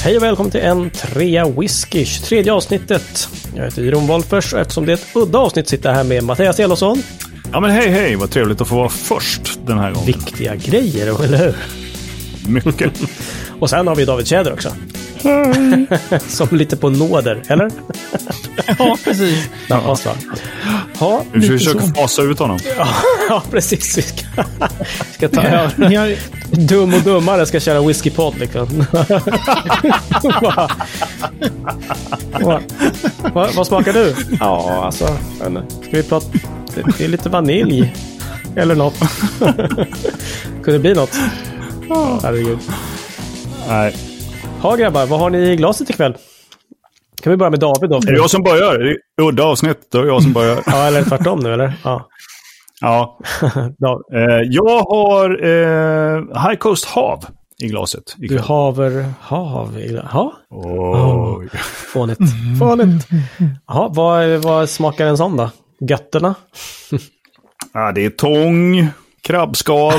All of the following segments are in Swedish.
Hej och välkommen till en trea whisky, 23 avsnittet. Jag heter Jeroen Wolffers och eftersom det är ett udda avsnitt sitter jag här med Mattias Elofsson. Ja men hej, vad trevligt att få vara först den här gången. Viktiga grejer, eller hur? Mycket. Och sen har vi David Tjäder också. Som lite på nåder, eller? Ja, precis. Ja, ja, vi försöker fasa ut honom. Ja, precis. Vi ska ta över. Dum och dummare ska köra whiskypodd liksom. Vad smakar du? Ja, alltså, ska vi prata? Det är lite vanilj. Eller något. Kunde det bli något? Herregud. Nej. Ja grabbar, vad har ni i glaset ikväll? Kan vi börja med David då? Är det jag som börjar? Det är udda avsnitt, då är jag som börjar. Ja, eller tvärtom nu, eller? Ja. Jag har High Coast Hav i glaset. Du haver hav i glaset? Ja. Fånigt. Jaha, vad smakar en sån då? Götterna? Ja, det är tång, krabbskal.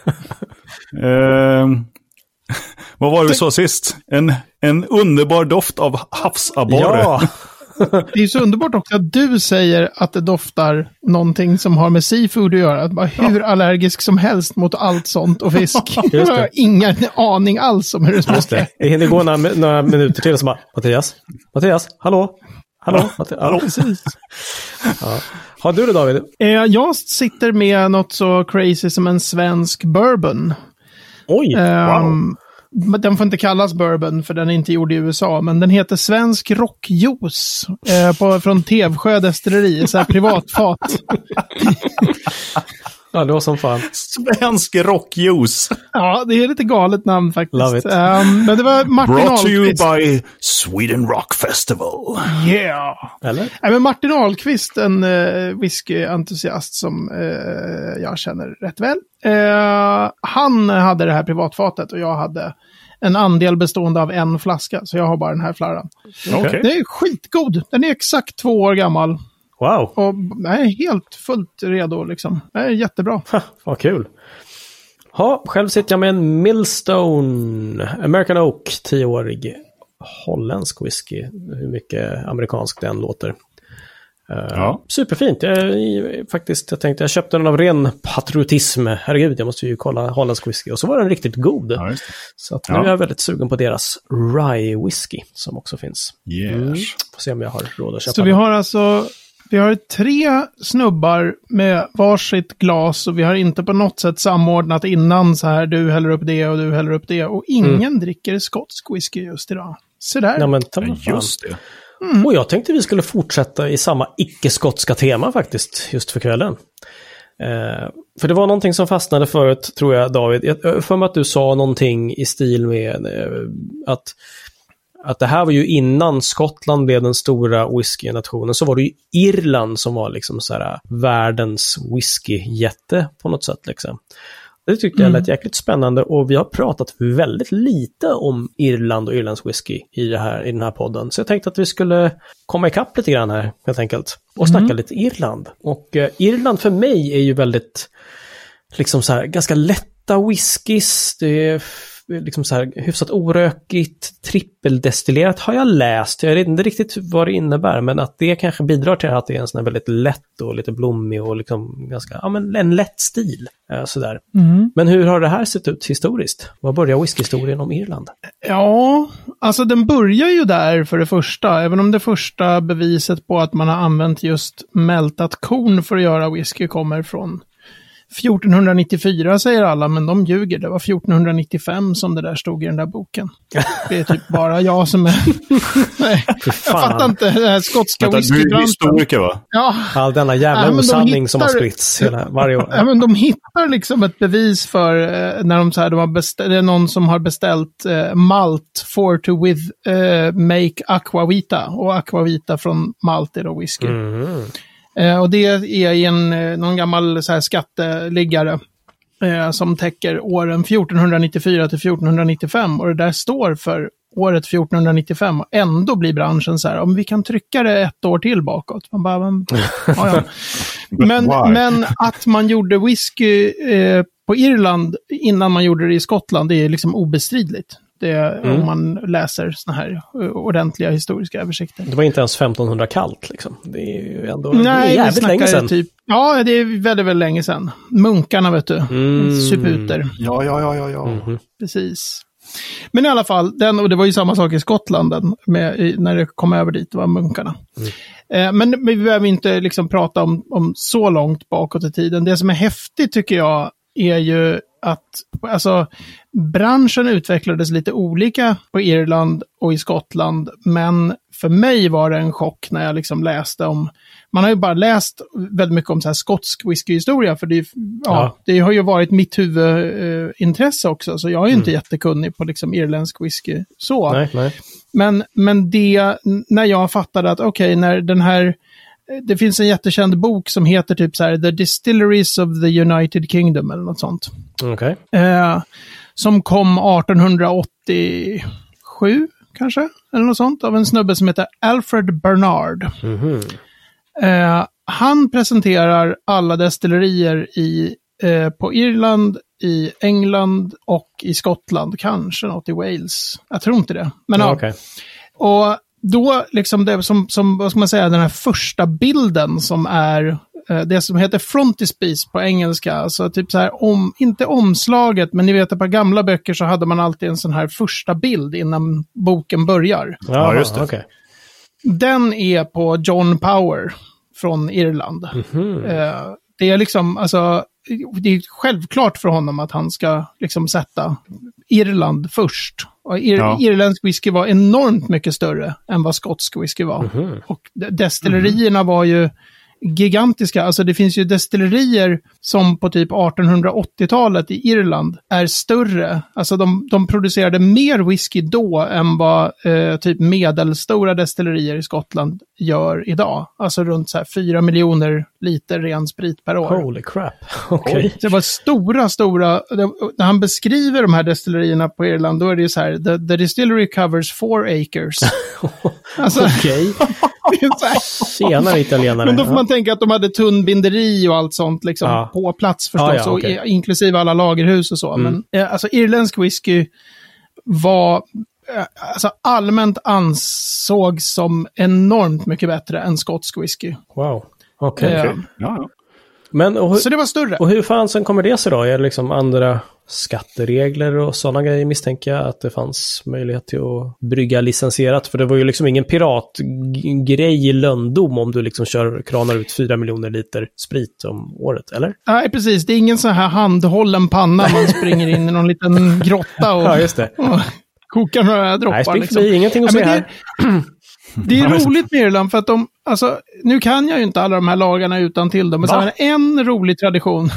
Vad var det vi sa sist? En underbar doft av havsabborre. Ja. Det är så underbart också att du säger att det doftar någonting som har med seafood att göra. Att bara hur allergisk som helst mot allt sånt och fisk. Jag har ingen aning alls om hur det smakar. Det hinner gå några minuter till och så bara, Mattias, hallå? Precis. Ja. Har du det David? Jag sitter med något så crazy som en svensk bourbon. Oj, wow. Den får inte kallas bourbon för den är inte gjord i USA, men den heter Svensk Rockjuice från Tevsjö destilleri, så här privatfat. Ja, det var som fan. Svensk Rockjuice. Ja, det är lite galet namn faktiskt. Love it. Men det var Martin Brought Ahlqvist. to you by Sweden Rock Festival. Yeah. Eller? Men Martin Ahlqvist, en whiskyentusiast som jag känner rätt väl. Han hade det här privatfatet och jag hade en andel bestående av en flaska. Så jag har bara den här flarran. Okay. Det är skitgod. Den är exakt 2 år gammal. Wow. Och är helt fullt redo liksom. Det är jättebra. Vad kul. Ja, själv sitter jag med en Millstone American Oak 10-årig holländsk whisky. Hur mycket amerikansk den låter. Superfint. Jag köpte den av ren patriotism. Herregud, jag måste ju kolla holländsk whisky. Och så var den riktigt god. Ja, så att nu är jag väldigt sugen på deras rye whisky som också finns. Yes. Får se om jag har råd att köpa så den. Vi har 3 snubbar med varsitt glas och vi har inte på något sätt samordnat innan så här du häller upp det och du häller upp det och ingen dricker skotsk whisky just idag. Så där. Ja, men just det. Och jag tänkte vi skulle fortsätta i samma icke-skotska tema faktiskt, just för kvällen. För det var någonting som fastnade förut, tror jag, David. Jag för mig att du sa någonting i stil med att det här var ju innan Skottland blev den stora whisky-nationen, så var det ju Irland som var liksom så här världens whisky-jätte på något sätt liksom. Det tyckte jag lät jäkligt spännande och vi har pratat väldigt lite om Irland och Irlands whisky i den här podden. Så jag tänkte att vi skulle komma ikapp lite grann här helt enkelt och snacka lite Irland. Och Irland för mig är ju väldigt liksom så här ganska lätta whiskys. Det är liksom så här hyfsat orökigt, trippeldestillerat har jag läst. Jag vet inte riktigt vad det innebär, men att det kanske bidrar till att det är en sån här väldigt lätt och lite blommig och liksom ganska, en lätt stil. Sådär. Men hur har det här sett ut historiskt? Vad börjar whiskyhistorien om Irland? Ja, alltså den börjar ju där för det första. Även om det första beviset på att man har använt just mältat korn för att göra whisky kommer från 1494 säger alla, men de ljuger. Det var 1495 som det där stod i den där boken. Det är typ bara jag som är... Nej, jag fattar inte det här skotska whiskybranschen. Du är historiker, va? Ja. All denna jävla osanning som har spritts varje år. Ja, men de hittar liksom ett bevis för när de så här, det är någon som har beställt malt for to with make aquavita. Och aquavita från malt är då whisky. Och det är i någon gammal så här skatteliggare som täcker åren 1494 till 1495 och det där står för året 1495 och ändå blir branschen så här, om vi kan trycka det 1 år till bakåt. Man bara, ja. Men att man gjorde whisky på Irland innan man gjorde det i Skottland, det är liksom obestridligt. om man läser såna här ordentliga historiska översikter. Det var inte ens 1500 kallt liksom. Det är ju ändå jävligt länge sedan. Typ, ja, det är väldigt, väldigt länge sedan. Munkarna, vet du. Suputer. Ja. Mm-hmm. Precis. Men i alla fall, och det var ju samma sak i Skottland när det kom över dit, det var munkarna. Men vi behöver inte liksom prata om så långt bakåt i tiden. Det som är häftigt tycker jag är ju att alltså, branschen utvecklades lite olika på Irland och i Skottland, men för mig var det en chock när jag liksom läste om, man har ju bara läst väldigt mycket om så här skotsk whiskyhistoria, för det har ju varit mitt huvudintresse också, så jag är ju inte jättekunnig på liksom irländsk whisky så. Nej. Men det, när jag fattade att när den här, det finns en jättekänd bok som heter typ så här The Distilleries of the United Kingdom eller något sånt. Okej. Som kom 1887 kanske, eller något sånt, av en snubbe som heter Alfred Bernard. Han presenterar alla destillerier på Irland, i England och i Skottland, kanske något i Wales. Jag tror inte det. Men och då liksom det som vad ska man säga, den här första bilden som är det som heter frontispiece på engelska, alltså typ så här inte omslaget, men ni vet att på gamla böcker så hade man alltid en sån här första bild innan boken börjar. Ja, just det. Okay. Den är på John Power från Irland. Det är liksom, alltså det är självklart för honom att han ska liksom sätta Irland först. Och irländsk whisky var enormt mycket större än vad skotsk whisky var. Och destillerierna var ju gigantiska. Alltså det finns ju destillerier som på typ 1880-talet i Irland är större. Alltså de producerade mer whisky då än vad typ medelstora destillerier i Skottland gör idag. Alltså runt så här 4 miljoner liter ren sprit per år. Holy crap. Okay. Det var stora. När han beskriver de här destillerierna på Irland, då är det ju så här, the distillery covers 4 acres. Alltså, okej. Senare italienare. Men då får man tänka att de hade tunnbinderi och allt sånt liksom på plats förstås, och inklusive alla lagerhus och så. Men alltså irländsk whisky var alltså allmänt ansågs som enormt mycket bättre än skotsk whisky. Wow. Okej. Men så det var större. Och hur fan sen kommer det sig då? Är det liksom andra skatteregler och sådana grejer, misstänker jag, att det fanns möjlighet till att brygga licensierat? För det var ju liksom ingen piratgrej i lönndom om du liksom kranar ut 4 miljoner liter sprit om året, eller? Nej, precis. Det är ingen sån här handhållen panna man springer in i någon liten grotta och, just det. Och kokar några droppar. Nej, liksom. Ingenting att se här. Det är roligt med Irland för att nu kan jag ju inte alla de här lagarna utan till dem, men så är det en rolig tradition.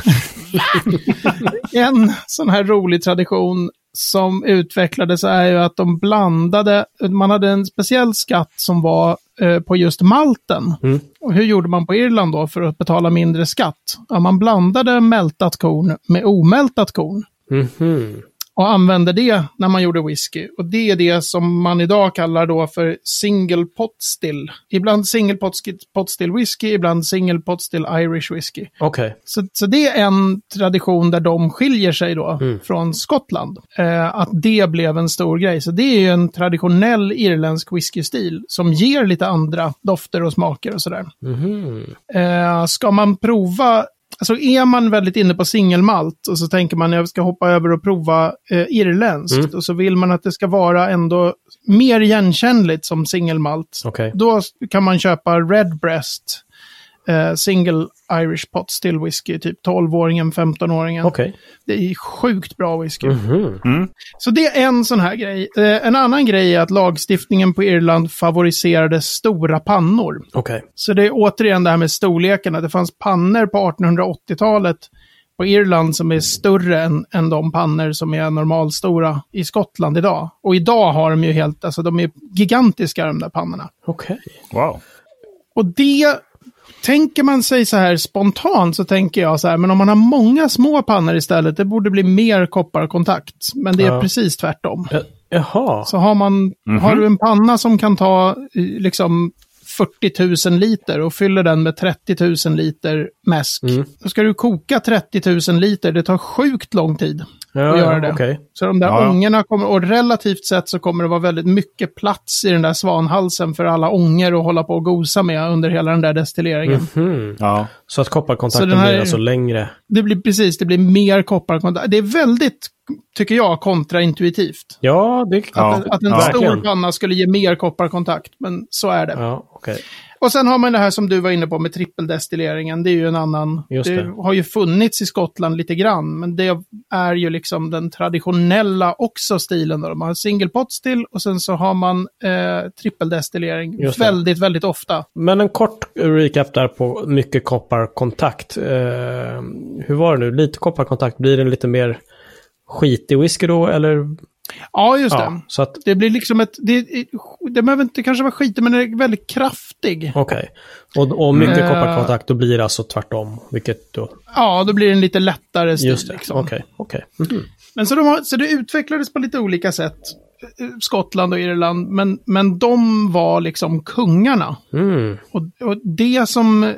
En sån här rolig tradition som utvecklades är ju att de blandade, man hade en speciell skatt som var på just malten. Och hur gjorde man på Irland då för att betala mindre skatt? Ja, man blandade mältat korn med omältat korn. Och använde det när man gjorde whisky. Och det är det som man idag kallar då för single pot still. Ibland single pot still whisky, ibland single pot still Irish whisky. Okay. Så det är en tradition där de skiljer sig då från Skottland. Att det blev en stor grej. Så det är ju en traditionell irländsk whiskystil som ger lite andra dofter och smaker och sådär. Ska man prova... Alltså är man väldigt inne på singelmalt och så tänker man jag ska hoppa över och prova irländskt och så vill man att det ska vara ändå mer igenkännligt som singelmalt. Då kan man köpa Redbreast single Irish pot still whisky, typ 12-åringen, 15-åringen. Det är sjukt bra whisky. Så det är en sån här grej. En annan grej är att lagstiftningen på Irland favoriserade stora pannor. Så det är återigen det här med storlekarna. Det fanns pannor på 1880-talet på Irland som är större än de pannor som är normalstora i Skottland idag. Och idag har de ju helt, alltså de är gigantiska de där pannorna. Wow. Och det... Tänker man sig så här spontant så tänker jag så här, men om man har många små pannor istället, det borde bli mer kopparkontakt. Men det är precis tvärtom. Jaha. Så har du en panna som kan ta liksom 40 000 liter och fyller den med 30 000 liter mäsk. Då ska du koka 30 000 liter, det tar sjukt lång tid. att göra det. Okay. Så de där ångorna kommer, och relativt sett så kommer det vara väldigt mycket plats i den där svanhalsen för alla ångor att hålla på och gosa med under hela den där destilleringen. Mm-hmm. Ja. Så att kopparkontakten blir alltså längre. Det blir mer kopparkontakt. Det är väldigt, tycker jag, kontraintuitivt. Ja, det att en stor panna skulle ge mer kopparkontakt, men så är det. Ja, okej. Och sen har man det här som du var inne på med trippeldestilleringen. Det är ju en annan... Det har ju funnits i Skottland lite grann. Men det är ju liksom den traditionella också stilen. Då. Man har single pot still och sen så har man trippeldestillering. Väldigt, väldigt ofta. Men en kort recap där på mycket kopparkontakt. Hur var det nu? Lite kopparkontakt. Blir det lite mer skitig whisky då? Eller... Ja, just det. Så att det blir liksom det behöver inte kanske vara skit, men det är väldigt kraftig. Okej. Och mycket kopparkontakt, då blir det alltså tvärtom. Vilket då... Ja, då blir det en lite lättare stil. Just det, liksom. Okej. Mm-hmm. Men så det utvecklades på lite olika sätt. Skottland och Irland, men de var liksom kungarna. Mm. Och det som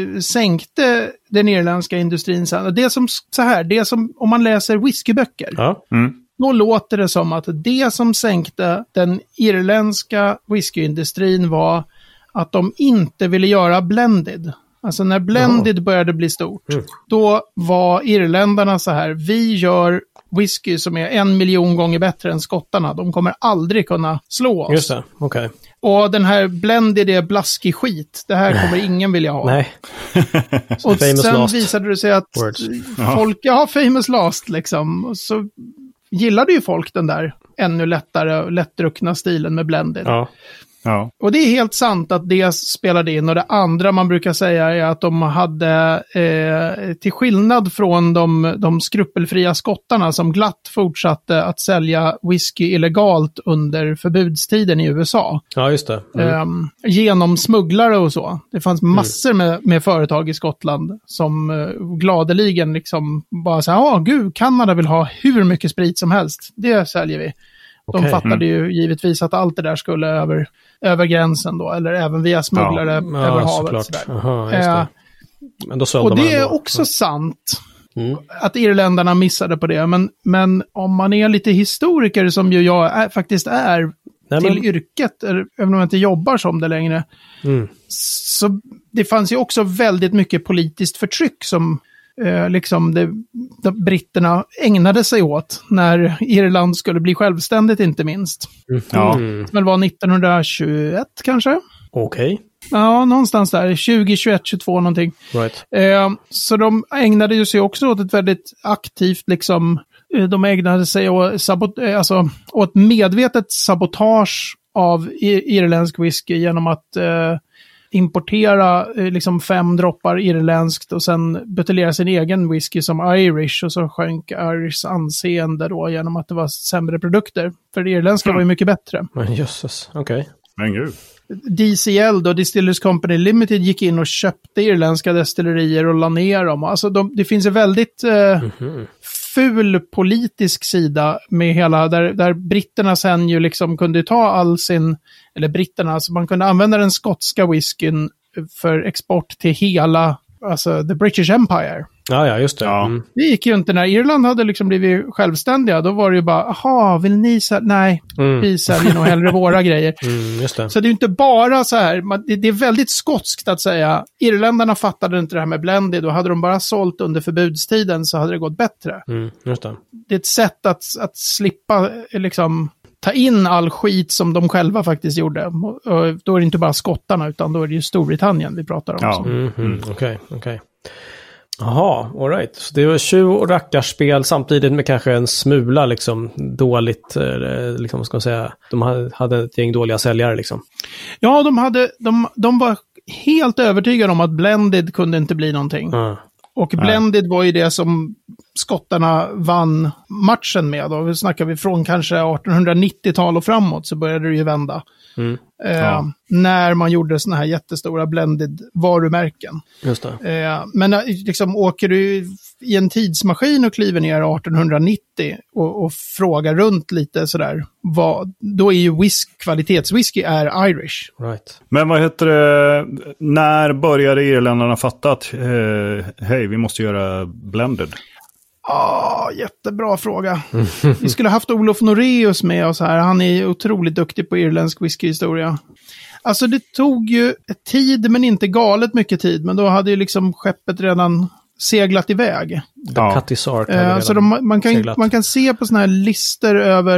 sänkte den irländska industrin sen, det som om man läser whiskyböcker. Ja. Mm. Då låter det som att det som sänkte den irländska whiskyindustrin var att de inte ville göra blended. Alltså när blended började bli stort, då var irländarna så här: vi gör whisky som är 1 miljon gånger bättre än skottarna. De kommer aldrig kunna slå oss. Just det, okej. Och den här blended är blaskig skit. Det här kommer ingen vilja ha. Nej. Och sen visade det sig att folk, famous last liksom. Och så gillade ju folk den där ännu lättare, lättdruckna stilen med blended. Ja. Ja. Och det är helt sant att det spelade in, och det andra man brukar säga är att de hade, till skillnad från de skrupelfria skottarna som glatt fortsatte att sälja whisky illegalt under förbudstiden i USA. Ja, just det. Genom smugglare och så. Det fanns massor med företag i Skottland som gladeligen liksom bara så här: gud, Kanada vill ha hur mycket sprit som helst. Det säljer vi. De fattade ju givetvis att allt det där skulle över gränsen då, eller även via smugglare över havet. Aha, men då och det är också sant att irländarna missade på det, men om man är lite historiker som ju jag faktiskt är till yrket, även om jag inte jobbar som det längre, så det fanns ju också väldigt mycket politiskt förtryck som liksom britterna ägnade sig åt när Irland skulle bli självständigt, inte minst. Det var 1921 kanske. Okej. Ja, någonstans där. 2021, 22 någonting. Right. Så de ägnade ju sig också åt ett väldigt aktivt liksom, de ägnade sig åt medvetet sabotage av irländsk whisky genom att importera liksom 5 droppar irländskt och sen buteljera sin egen whisky som Irish, och så sjönk Irish anseende då genom att det var sämre produkter. För det irländska var ju mycket bättre. Men jösses, okej. Men gud. DCL då, Distillers Company Limited, gick in och köpte irländska destillerier och la ner dem. Alltså det finns en väldigt ful politisk sida med hela, där britterna sen ju liksom kunde ta all sin, eller britterna, alltså man kunde använda den skotska whiskyn för export till hela, alltså the British Empire. Ja, just det. Ja. Det gick ju inte när Irland hade liksom blivit självständiga. Då var det ju bara, vill ni nej, vi säljer nog hellre våra grejer. Just det. Så det är ju inte bara så här, det är väldigt skotskt att säga, irländarna fattade inte det här med blended, och hade de bara sålt under förbudstiden så hade det gått bättre. Just det. Det är ett sätt att slippa liksom ta in all skit som de själva faktiskt gjorde. Och då är det inte bara skottarna, utan då är det ju Storbritannien vi pratar om. Ja. Okej. Jaha, all right. Så det var tjuv och rackarspel samtidigt med kanske en smula liksom dåligt, liksom ska man säga. De hade ett gäng dåliga säljare liksom. Ja, de var helt övertygade om att blended kunde inte bli någonting. Och blended var ju det som skottarna vann matchen med. Då snackar vi från kanske 1890-tal och framåt, så började det ju vända. När man gjorde såna här jättestora blended varumärken. Just det. Men liksom, åker du i en tidsmaskin och kliver ner 1890 och frågar runt lite sådär, då är ju kvalitetswhisky är Irish. Right. Men vad heter det, när började irländarna fatta att hej, vi måste göra blended? Jättebra fråga. Vi skulle haft Olof Noreus med oss här. Han är otroligt duktig på irländsk whiskyhistoria. Alltså det tog ju tid, men inte galet mycket tid. Men då hade ju liksom skeppet redan seglat iväg. Så man kan se på såna här listor över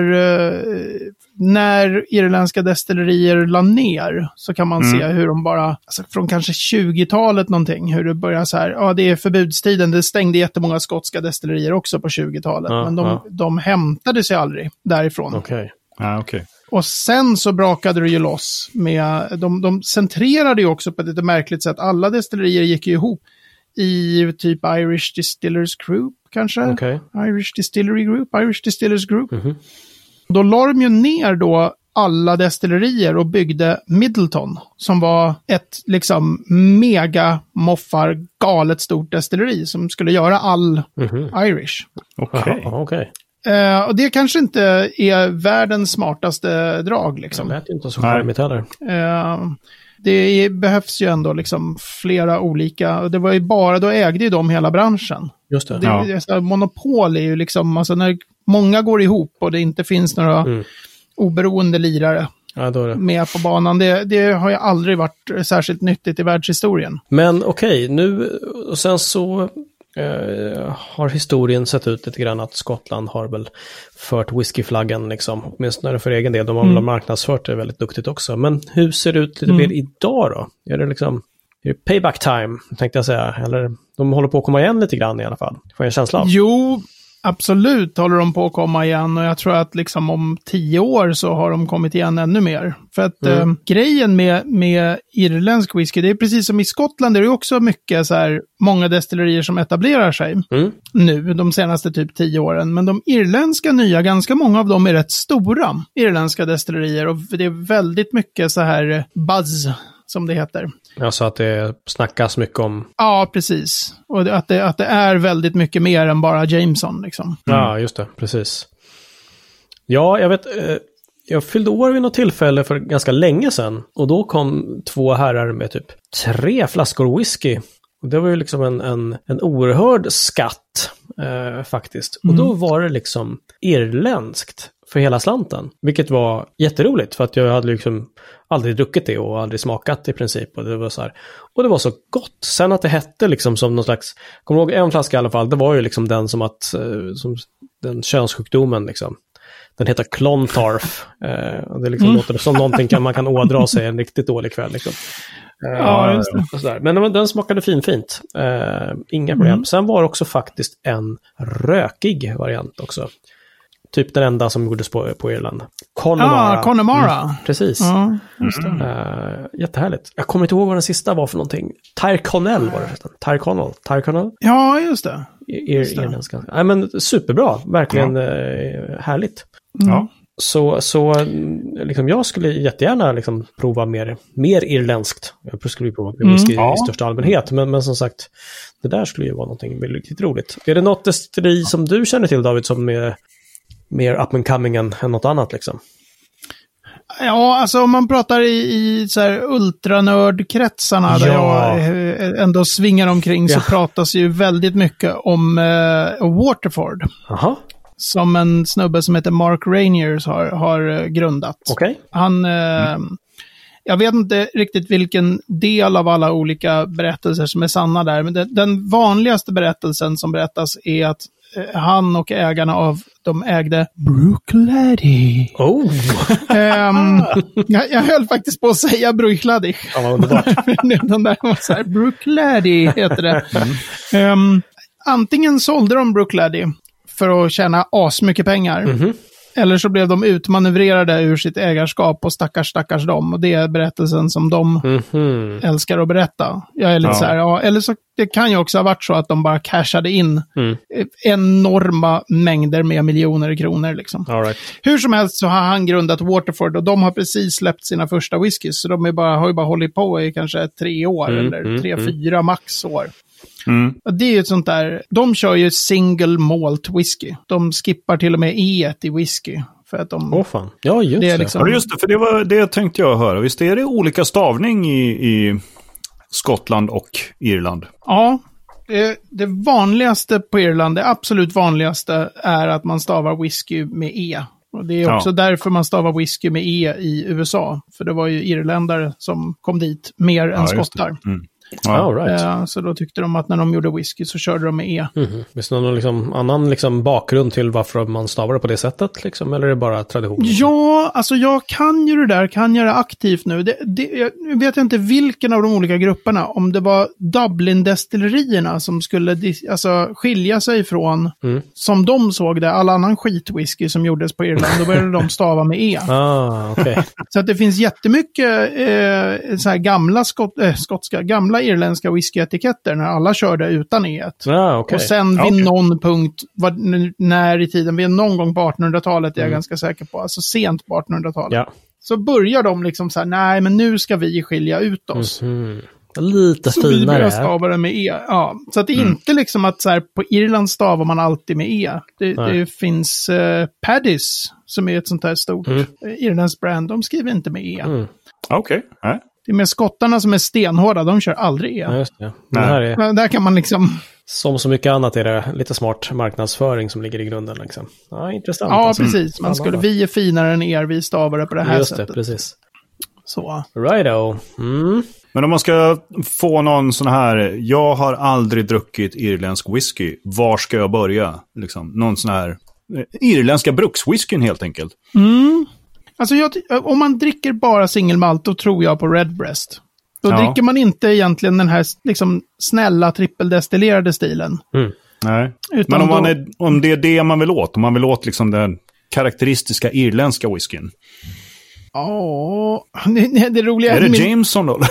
när irländska destillerier la ner, så kan man se hur de bara, alltså från kanske 20-talet någonting, hur det börjar så här, det är förbudstiden, det stängde jättemånga skotska destillerier också på 20-talet, men de hämtade sig aldrig därifrån. Okej. Och sen så brakade det ju loss med, de centrerade ju också på ett lite märkligt sätt, alla destillerier gick ju ihop i typ Irish Distillers Group kanske. Irish Distillery Group, Irish Distillers Group. Då la de ju ner då alla destillerier och byggde Middleton, som var ett liksom mega moffar galet stort destilleri som skulle göra all Irish. Okej. Och det kanske inte är världens smartaste drag liksom. Det lät ju inte så charmigt heller. Det behövs ju ändå liksom flera olika, det var ju bara, då ägde ju de hela branschen. Just det. Monopol är ju liksom, alltså när många går ihop och det inte finns några oberoende lirare med på banan, det har ju aldrig varit särskilt nyttigt i världshistorien. Men okej, nu och sen så har historien sett ut lite grann att Skottland har väl fört whiskyflaggan liksom, åtminstone för egen del. De har väl marknadsfört det väldigt duktigt också. Men hur ser det ut lite mer idag då? Är det payback time, tänkte jag säga? Eller de håller på att komma igen lite grann i alla fall? Får jag en känsla av? Jo, absolut håller de på att komma igen, och jag tror att liksom om 10 år så har de kommit igen ännu mer. För att grejen med irländsk whisky, det är precis som i Skottland, det är också mycket så här, många destillerier som etablerar sig nu, de senaste typ 10 åren. Men de irländska nya, ganska många av dem är rätt stora irländska destillerier, och det är väldigt mycket så här buzz, som det heter. Alltså att det snackas mycket om... Ja, precis. Och att det är väldigt mycket mer än bara Jameson liksom. Ja, just det. Precis. Ja, jag vet... Jag fyllde år vid något tillfälle för ganska länge sedan. Och då kom 2 herrar med typ 3 flaskor whisky. Och det var ju liksom en oerhörd skatt faktiskt. Och då var det liksom irländskt för hela slanten. Vilket var jätteroligt, för att jag hade liksom aldrig druckit det och aldrig smakat i princip. Och det var så här. Och det var så gott. Sen att det hette liksom som någon slags, kommer ihåg en flaska i alla fall, det var ju liksom den som som den könssjukdomen liksom. Den heter Clontarf. Och det liksom låter som någonting man kan ådra sig en riktigt dålig kväll liksom. Ja, just det. Sådär. Men den smakade fint. Inga problem. Sen var det också faktiskt en rökig variant också. Typ den enda som gjordes på Irland. Connemara. Precis. Ja, just det. Jättehärligt. Jag kommer inte ihåg vad den sista var för någonting. Tyrconnell var det. Tyrconnell. Ja, just det. Irländska. Nej, men superbra. Verkligen härligt. Ja. Så liksom, jag skulle jättegärna liksom prova mer irländskt. Jag skulle prova whisky i största allmänhet. Men som sagt, det där skulle ju vara någonting väldigt roligt. Är det något destilleri som du känner till, David, som är mer up and coming än något annat liksom? Ja, alltså om man pratar i så här ultranördkretsarna där jag ändå svingar omkring, så pratas ju väldigt mycket om Waterford. Aha. Som en snubbe som heter Mark Rainiers har grundat. Okej. Han, jag vet inte riktigt vilken del av alla olika berättelser som är sanna där, men den vanligaste berättelsen som berättas är att han och ägarna de ägde Bruichladdich. Oh! Jag höll faktiskt på att säga Bruichladdich. Ja, vad underbart. Den där var så här, Bruichladdich heter det. Antingen sålde de Bruichladdich för att tjäna asmycket pengar. Eller så blev de utmanövrerade ur sitt ägarskap, och stackars dem. Och det är berättelsen som de älskar att berätta. Jag är lite så här, eller så det kan ju också ha varit så att de bara cashade in enorma mängder med miljoner kronor liksom. All right. Hur som helst så har han grundat Waterford, och de har precis släppt sina första whiskys. Så de har ju bara hållit på i kanske 3 år eller 3-4 max år. Det är ju ett sånt där, de kör ju single malt whisky. De skippar till och med i whisky. För att de... fan. Ja, just det. Liksom... Ja, just det, för det var det tänkte jag höra. Visst är det olika stavning i Skottland och Irland? Ja, Det vanligaste på Irland, det absolut vanligaste, är att man stavar whisky med E. Och det är också därför man stavar whisky med E i USA. För det var ju irländare som kom dit mer än skottar. Right. Så då tyckte de att när de gjorde whisky så körde de med E. Finns det någon liksom annan liksom bakgrund till varför man stavar det på det sättet? Liksom, eller är det bara tradition? Ja, alltså jag kan ju det där, kan göra aktivt nu. Jag vet inte vilken av de olika grupperna, om det var Dublin-destillerierna som skulle skilja sig från, som de såg det, all annan skitwhisky som gjordes på Irland, då började de stava med E. Okay. Så att det finns jättemycket så här gamla irländska whiskyetiketter när alla körde utan E. Okay. Och sen vid någon punkt, när i tiden, vid någon gång på 1800-talet är jag ganska säker på, alltså sent på 1800-talet. Så börjar de liksom så här, nej men nu ska vi skilja ut oss. Lite så finare. Så vi börjar stava det med E. Ja, så att det är inte liksom att så här, på Irland stavar man alltid med E. Det finns Paddy's som är ett sånt här stort irländskt brand. De skriver inte med E. Okej. Det är med skottarna som är stenhårda, de kör aldrig E. Ja, just det. Men där kan man liksom... Som så mycket annat är det lite smart marknadsföring som ligger i grunden. Liksom. Ja, intressant. Ja, alltså. Precis. Vi är finare än er, vi stavar det på det här just sättet. Det, precis. Så. Righto. Men om man ska få någon sån här, jag har aldrig druckit irländsk whisky, var ska jag börja? Liksom, någon sån här irländska brukswhiskyn helt enkelt. Alltså om man dricker bara singelmalt, då tror jag på Redbreast. Då dricker man inte egentligen den här liksom snälla trippeldestillerade stilen. Nej. Men om det är det man vill åt, om man vill åt liksom den karaktäristiska irländska whiskyn. Ja, det roliga är det Jameson då?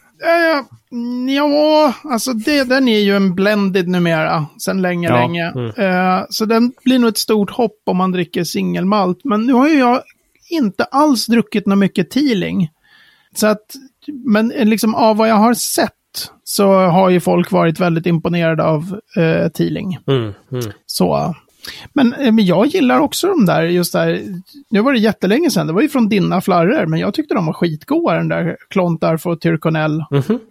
Ja, alltså den är ju en blended numera sedan länge. Så den blir nog ett stort hopp om man dricker singelmalt. Men nu har ju jag inte alls druckit något mycket Teeling. Så att, men liksom av vad jag har sett så har ju folk varit väldigt imponerade av Teeling. Så, men jag gillar också de där, just där, nu var det jättelänge sedan, det var ju från dina flarror, men jag tyckte de var skitgoda, den där Clontarf och Tyrconnell.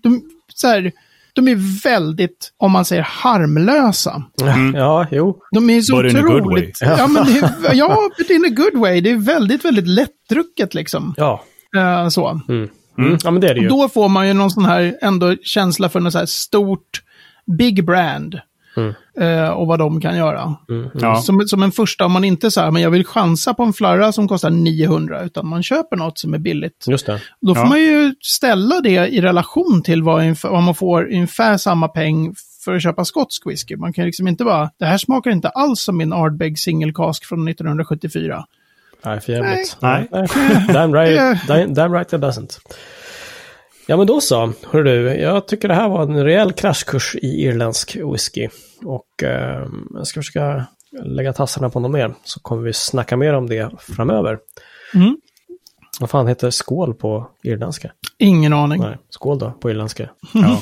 De är väldigt, om man säger, harmlösa. Ja, jo. De är så otroligt... Ja, men but in a good way. Det är väldigt, väldigt lättdrucket liksom. Ja. Så. Ja, men det är det ju. Då får man ju någon sån här ändå känsla för något så här stort big brand. Och vad de kan göra. Som en första, om man inte så här, men jag vill chansa på en flarra som kostar 900, utan man köper något som är billigt. Just det. Då får man ju ställa det i relation till vad man får ungefär samma peng för att köpa skotsk whisky. Man kan liksom inte bara, det här smakar inte alls som min Ardbeg single cask från 1974. Nej, för jävligt. Nej. Damn right it doesn't. Ja, men då så. Hör du, jag tycker det här var en rejäl kraschkurs i irländsk whisky. Och jag ska försöka lägga tassarna på något mer. Så kommer vi snacka mer om det framöver. Vad fan heter skål på irländska? Ingen aning. Nej, skål då på irländska. Ja.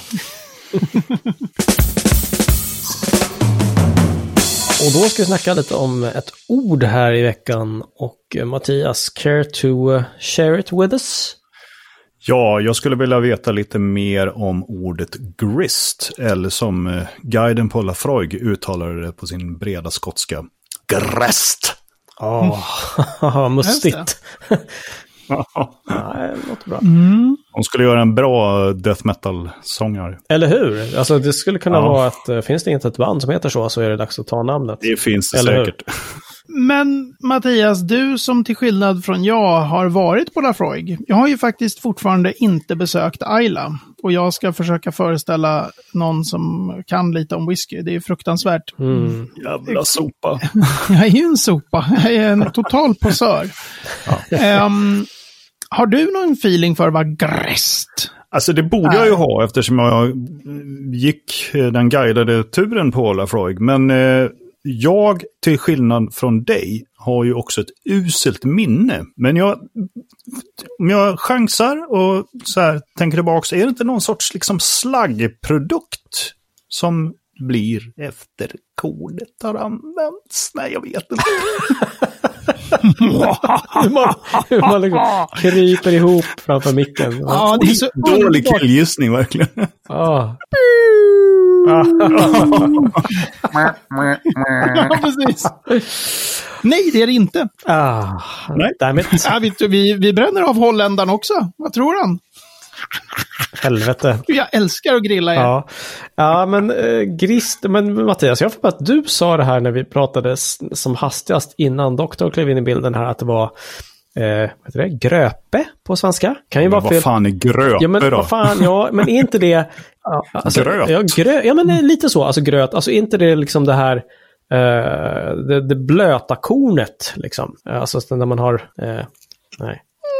Och då ska vi snacka lite om ett ord här i veckan. Och Mattias, care to share it with us? Ja, jag skulle vilja veta lite mer om ordet grist, eller som guiden på Lafroig uttalade det på sin breda skotska, grest. Mustigt. Nej, det låter bra. De skulle göra en bra death metal-sångare. Eller hur? Alltså det skulle kunna vara att finns det inte ett band som heter så är det dags att ta namnet. Det finns det eller säkert. Men Mattias, du som till skillnad från jag har varit på Lafroig. Jag har ju faktiskt fortfarande inte besökt Ayla. Och jag ska försöka föreställa någon som kan lite om whisky. Det är fruktansvärt. Jävla sopa. Jag är ju en sopa. Jag är en total posör. Har du någon feeling för vad grest? Alltså det borde jag ju ha eftersom jag gick den guidade turen på Lafroig. Men jag, till skillnad från dig, har ju också ett uselt minne. Men om jag chansar och så här tänker tillbaka, så är det inte någon sorts liksom slaggprodukt som blir efter kodet har använts? Nej, jag vet inte. hur man liksom kryper ihop framför micken. Ja, det är så dålig killgissning verkligen. Ja, precis. Nej, det är det inte. Nej, Ja, vi bränner av holländaren också. Vad tror han? Helvete. Jag älskar att grilla er. Ja, men Grist, men Mattias, jag får bara att du sa det här när vi pratade som hastigast innan doktorn klev in i bilden här, att det var gröpe på svenska. Kan ju vara fel. Vad fan är gröpe ja, men, då? Vad fan, ja, men är inte det... Alltså, gröt? Ja, men lite så. Alltså gröt. Alltså inte det liksom det här... det blöta kornet liksom. Alltså när man har... nej.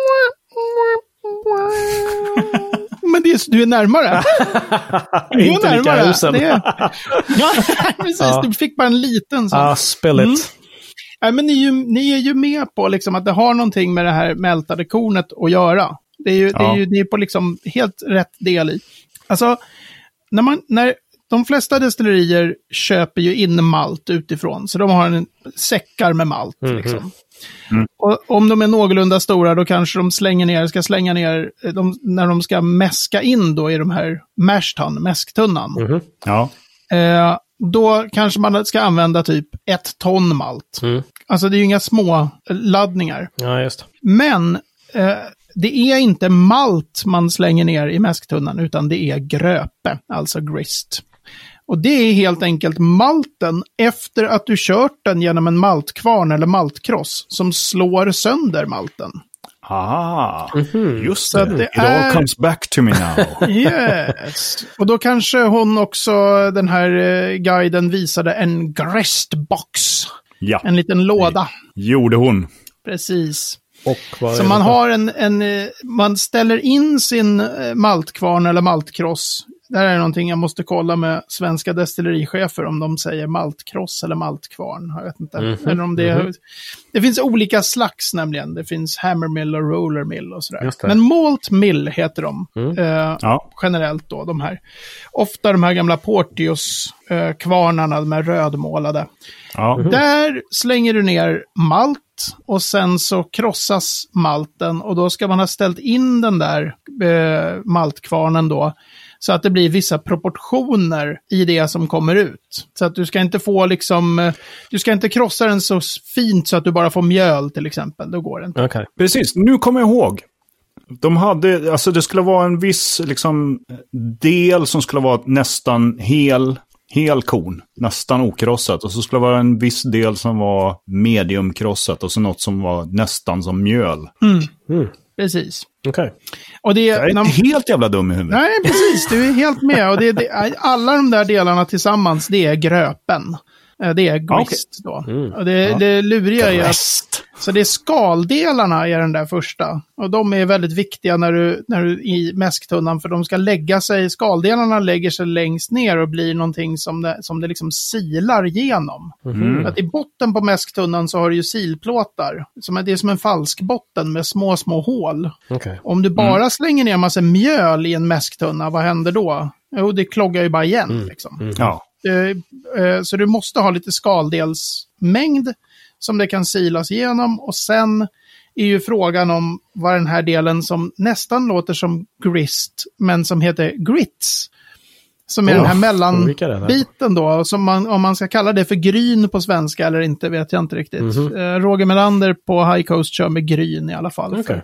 Men du är närmare. Du är närmare. Ja, precis. Ja. Du fick bara en liten sån. Spill it. Ja, men ni är ju med på liksom att det har någonting med det här mältade kornet att göra. Det är på liksom helt rätt del i. Alltså, när de flesta destillerier köper ju in malt utifrån. Så de har säckar med malt liksom. Och om de är någorlunda stora, då kanske de ska slänga ner när de ska mäska in då i de här mäsktunnan. Ja. Då kanske man ska använda typ 1 ton malt. Alltså det är ju inga små laddningar. Ja, just. Men det är inte malt man slänger ner i mäsktunnan, utan det är gröpe, alltså grist. Och det är helt enkelt malten efter att du kört den genom en maltkvarn eller maltkross som slår sönder malten. Just det. It all comes back to me now. Yes. Och då kanske hon också, den här guiden visade en gristbox. Ja. En liten låda. Gjorde hon. Precis. Och så man har man ställer in sin maltkvarn eller maltkross. Det här är någonting jag måste kolla med svenska destillerichefer om de säger maltkross eller maltkvarn. Jag vet inte. Eller om det finns olika slags nämligen. Det finns hammermill och rollermill och sådär. Men malt mill heter de generellt då, de här. Ofta de här gamla Porteous-kvarnarna, de här rödmålade. Där slänger du ner malt och sen så krossas malten och då ska man ha ställt in den där maltkvarnen då. Så att det blir vissa proportioner i det som kommer ut. Så att du ska inte få liksom... Du ska inte krossa den så fint så att du bara får mjöl till exempel. Då går det inte. Okay. Precis, nu kommer jag ihåg. De hade... Alltså det skulle vara en viss liksom, del som skulle vara nästan hel korn. Nästan okrossat. Och så skulle det vara en viss del som var mediumkrossat. Och så något som var nästan som mjöl. Precis. Okay. Och jag är inte helt jävla dum i huvudet. Nej, precis. Du är helt med. Och alla de där delarna tillsammans, det är gröpen. Det är grist då. Och det luriga är att... Så det är skaldelarna i den där första. Och de är väldigt viktiga när du i mäsktunnan. För de ska lägga sig... Skaldelarna lägger sig längst ner och blir någonting som det liksom silar genom. Att i botten på mäsktunnan så har du ju silplåtar. Det är som en falsk botten med små hål. Okay. Om du bara slänger ner en massa mjöl i en mäsktunna, vad händer då? Jo, det kloggar ju bara igen. Liksom. Ja. Så du måste ha lite skaldelsmängd som det kan silas igenom. Och sen är ju frågan om vad den här delen som nästan låter som grist, men som heter grits. Som är den här mellanbiten då. Som om man ska kalla det för gryn på svenska eller inte vet jag inte riktigt. Roger Melander på High Coast kör med gryn i alla fall. Okay.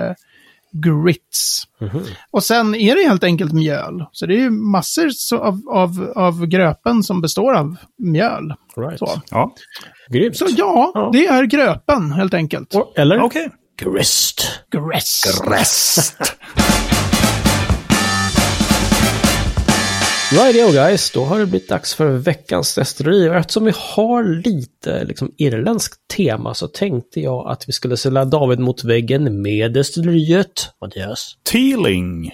Grits. Och sen är det helt enkelt mjöl. Så det är ju massor av gröpen som består av mjöl. Right. Så. Ja. Grymt. Så det är gröpen helt enkelt. Eller? Okej. Grist. Right, guys, då har det blivit dags för veckans destilleri. Och eftersom vi har lite liksom irländskt tema så tänkte jag att vi skulle ställa David mot väggen med destilleriet. Mattias? Teeling.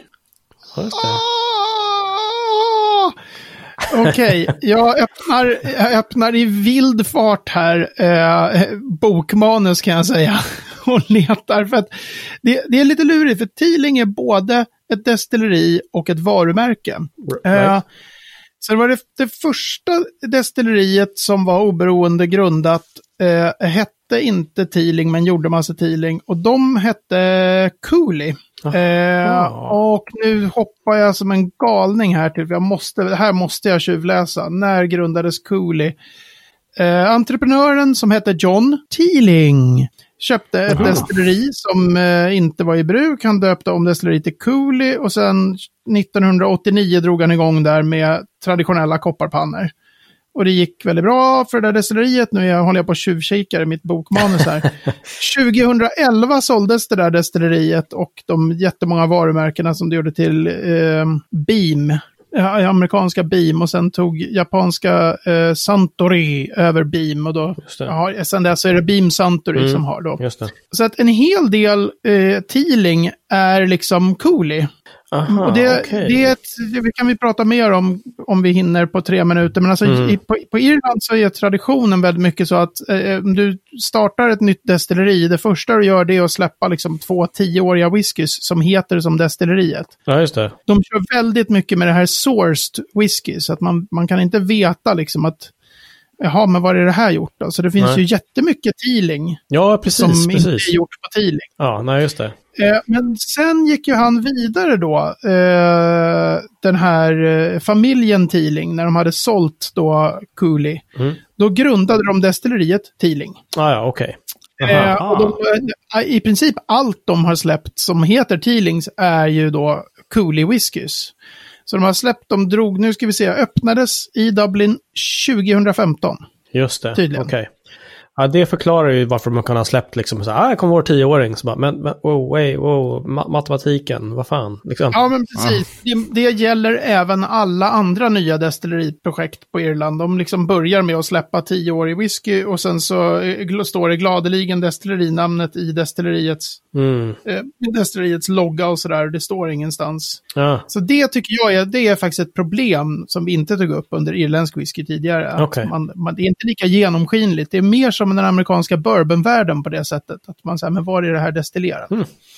Okej, jag öppnar i vild fart här bokmanus kan jag säga och letar för att det är lite lurigt för Teeling är både ett destilleri och ett varumärke. Så det var det första destilleriet som var oberoende grundat hette inte Teeling men gjorde massa Teeling. Och de hette Cooley. Och nu hoppar jag som en galning här till. Här måste jag tjuvläsa. När grundades Cooley? Entreprenören som hette John Teeling köpte ett destilleri som inte var i bruk. Han döpte om destilleriet till Cooley och sen 1989 drog han igång där med traditionella kopparpannor. Och det gick väldigt bra för det där destilleriet. Nu håller jag på att tjuvkika i mitt bokmanus här. 2011 såldes det där destilleriet och de jättemånga varumärkena som det gjorde till Beam. Amerikanska Beam och sen tog japanska Suntory över Beam och då sen dess så är det Beam Suntory som har då. Just det. Så att en hel del Teeling är liksom Cooley. Aha, och det kan vi prata mer om vi hinner på 3 minuter. Men alltså på Irland så är traditionen väldigt mycket så att om du startar ett nytt destilleri, det första du gör det är att släppa liksom 2 10-åriga whiskys som heter som destilleriet. Ja, just det. De kör väldigt mycket med det här sourced whisky så att man kan inte veta liksom att jaha, men vad är det här gjort då? Så det finns ju jättemycket Teeling. Ja, precis. Som inte är gjort på Teeling. Ja, nej, just det. Men sen gick ju han vidare då, den här familjen Teeling, när de hade sålt då Cooley. Då grundade de destilleriet Teeling. Ja, okej. Och i princip allt de har släppt som heter Teelings är ju då Cooley whiskys. Så de har släppt, nu ska vi se, öppnades i Dublin 2015. Just det, okej. Okay. Ja, det förklarar ju varför man kan ha släppt liksom så här, jag kommer vår 10-åring, så bara, men matematiken, vad fan. Liksom. Ja, men precis. Det gäller även alla andra nya destilleriprojekt på Irland. De liksom börjar med att släppa 10-årig whisky och sen så står det gladeligen destillerinamnet i destilleriets logga och sådär. Det står ingenstans. Ja. Så det tycker jag det är faktiskt ett problem som vi inte tog upp under irländsk whisky tidigare. Okay. Det är inte lika genomskinligt. Det är mer som den amerikanska bourbonvärlden på det sättet. Att man säger, men var är det här destillerat?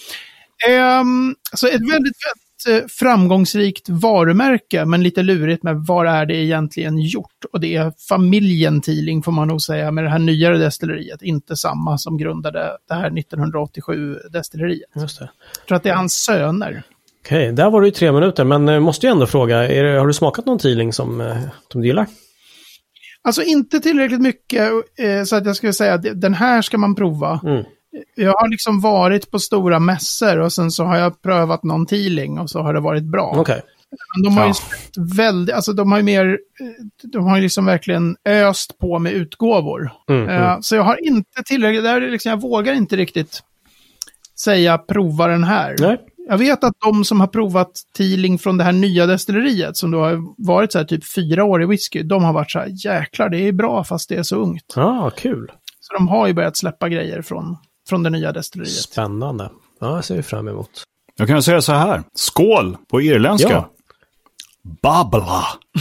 Så ett väldigt framgångsrikt varumärke, men lite lurigt med var är det egentligen gjort? Och det är familjen Teeling får man nog säga med det här nyare destilleriet. Inte samma som grundade det här 1987 destilleriet. Just det. Jag tror att det är hans söner. Okej, där var det ju 3 minuter, men måste ju ändå fråga, har du smakat någon Teeling som du gillar? Alltså inte tillräckligt mycket så att jag skulle säga att den här ska man prova. Jag har liksom varit på stora mässor och sen så har jag prövat någon Teeling och så har det varit bra. Okay. Men de har ju väldigt, alltså de har ju liksom verkligen öst på med utgåvor. Så jag har inte tillräckligt, jag vågar inte riktigt säga prova den här. Nej. Jag vet att de som har provat Teeling från det här nya destilleriet som då har varit så här typ 4 år i whisky, de har varit så här, jäklar det är bra fast det är så ungt. Ja, kul. Så de har ju börjat släppa grejer från det nya destilleriet. Spännande. Ja, det ser vi fram emot. Jag kan säga så här, skål på irländska. Ja. Babla.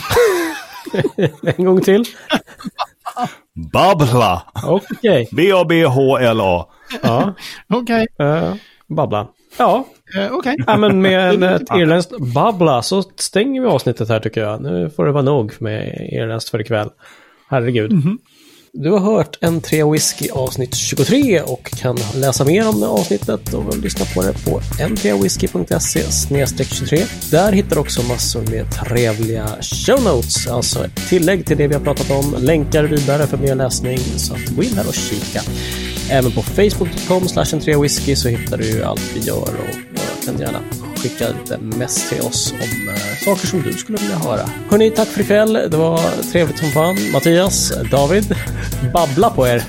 En gång till. Babla. Okej. B-A-B-H-L-A. Ja. Okej. Babbla. Ja. Okej. Ja, men med ett irländskt babbla så stänger vi avsnittet här tycker jag. Nu får det vara nog med irländskt för ikväll. Herregud. Du har hört en 3 whisky avsnitt 23 och kan läsa mer om det avsnittet och lyssna på det på n3whisky.se/23. Där hittar du också massor med trevliga show notes, alltså ett tillägg till det vi har pratat om, länkar vidare för mer läsning, så att gå in här och kika. Även på facebook.com/n3whisky så hittar du allt vi gör och kan gärna skicka lite mess till oss om saker som du skulle vilja höra. Hörrni, tack för ikväll. Det var trevligt som fan. Mattias, David, babbla på er.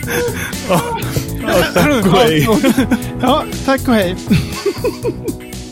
Tack och hej. Ja, tack och hej.